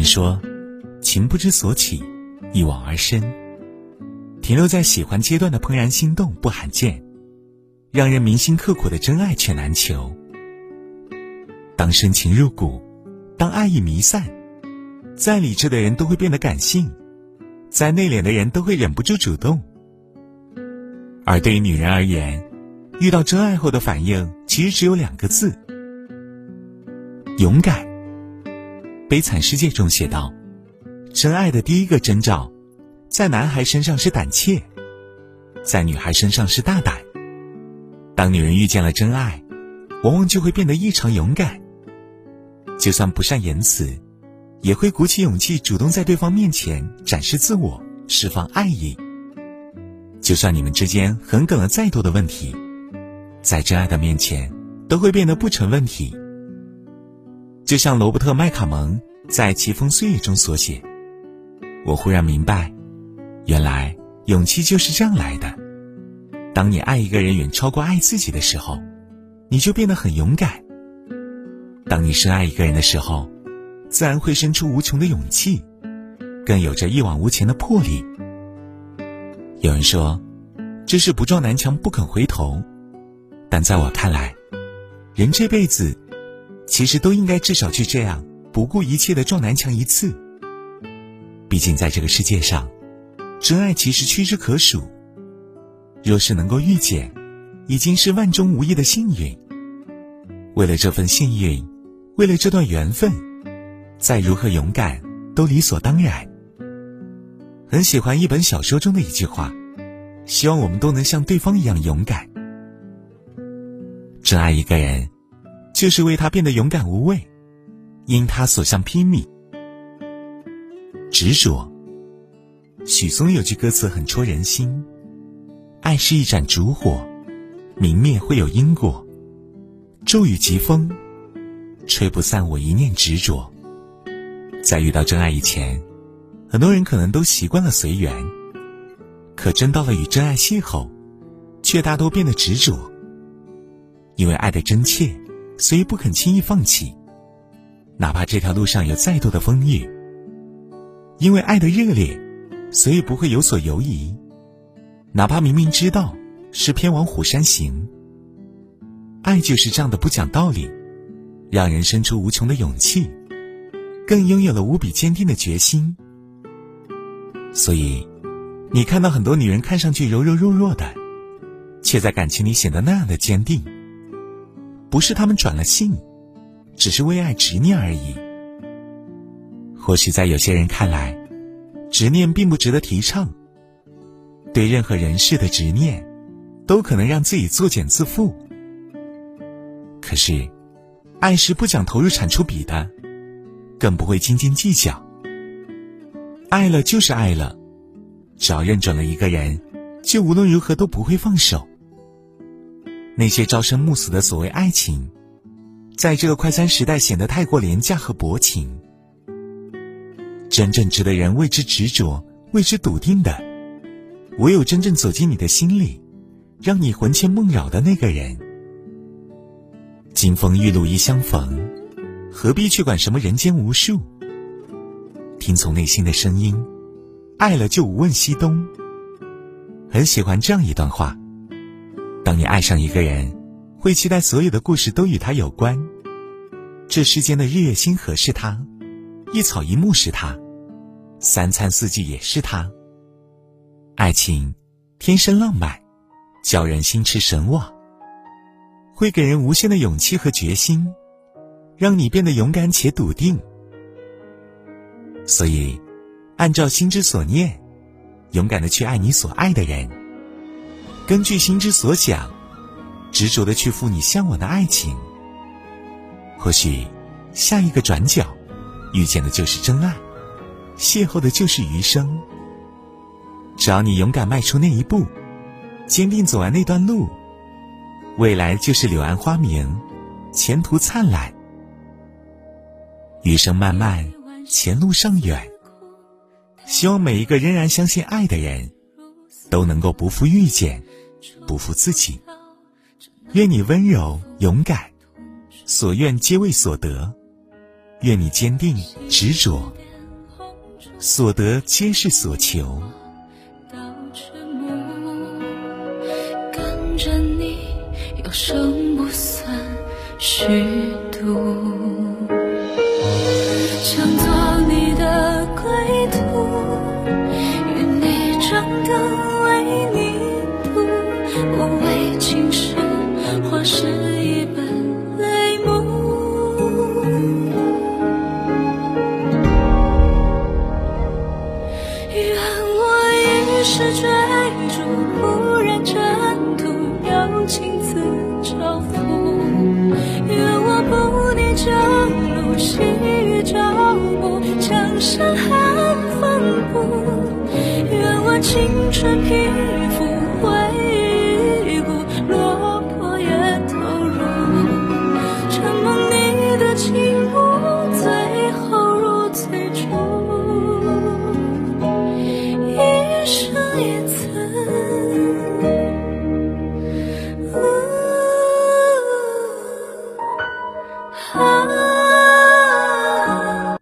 说，情不知所起，一往而深。停留在喜欢阶段的怦然心动不罕见，让人铭心刻骨的真爱却难求。当深情入骨，当爱意弥散，再理智的人都会变得感性，再内敛的人都会忍不住主动。而对于女人而言，遇到真爱后的反应其实只有2个字：勇敢。悲惨世界中写道，真爱的第一个征兆，在男孩身上是胆怯，在女孩身上是大胆。当女人遇见了真爱，往往就会变得异常勇敢，就算不善言辞，也会鼓起勇气主动在对方面前展示自我，释放爱意。就算你们之间横亘了再多的问题，在真爱的面前都会变得不成问题。就像罗伯特·麦卡蒙在《奇峰岁月》中所写，我忽然明白，原来勇气就是这样来的。当你爱一个人远超过爱自己的时候，你就变得很勇敢。当你深爱一个人的时候，自然会生出无穷的勇气，更有着一往无前的魄力。有人说，这是不撞南墙不肯回头，但在我看来，人这辈子其实都应该至少去这样不顾一切的撞南墙一次。毕竟在这个世界上，真爱其实屈指可数，若是能够遇见，已经是万中无一的幸运。为了这份幸运，为了这段缘分，再如何勇敢都理所当然。很喜欢一本小说中的一句话，希望我们都能像对方一样勇敢。真爱一个人，就是为他变得勇敢无畏，因他所向披靡。执着。许嵩有句歌词很戳人心，爱是一盏烛火，明灭会有因果，骤雨疾风，吹不散我一念执着。在遇到真爱以前，很多人可能都习惯了随缘，可真到了与真爱邂逅，却大多变得执着。因为爱的真切，所以不肯轻易放弃，哪怕这条路上有再多的风雨。因为爱的热烈，所以不会有所犹疑，哪怕明明知道是偏往虎山行。爱就是这样的不讲道理，让人生出无穷的勇气，更拥有了无比坚定的决心。所以你看到很多女人看上去柔柔弱弱的，却在感情里显得那样的坚定，不是她们转了性，只是为爱执念而已。或许在有些人看来，执念并不值得提倡，对任何人事的执念都可能让自己作茧自缚。可是爱是不讲投入产出比的，更不会斤斤计较。爱了就是爱了，只要认准了一个人，就无论如何都不会放手。那些朝生暮死的所谓爱情，在这个快餐时代显得太过廉价和薄情。真正值得人为之执着，为之笃定的，唯有真正走进你的心里，让你魂牵梦绕的那个人。金风玉露一相逢，何必去管什么人间无数？听从内心的声音，爱了就无问西东。很喜欢这样一段话，当你爱上一个人，会期待所有的故事都与他有关。这世间的日月星河是他，一草一木是他，三餐四季也是他。爱情天生浪漫，叫人心驰神往，会给人无限的勇气和决心，让你变得勇敢且笃定。所以按照心之所念，勇敢地去爱你所爱的人，根据心之所想，执着地去赴你向往的爱情。或许下一个转角，遇见的就是真爱，邂逅的就是余生。只要你勇敢迈出那一步，坚定走完那段路，未来就是柳暗花明，前途灿烂。余生漫漫，前路尚远。希望每一个仍然相信爱的人，都能够不负遇见，不负自己。愿你温柔勇敢，所愿皆为所得。愿你坚定执着， 所得皆是所求。 跟着你有声不算虚度，想做你的归途，与你争灯为你读，无为情事化是一本泪目。愿我一世追逐，不染尘土，有情自嘲讽。愿我不念旧路，细雨朝暮，江山寒风骨。愿我青春披拂，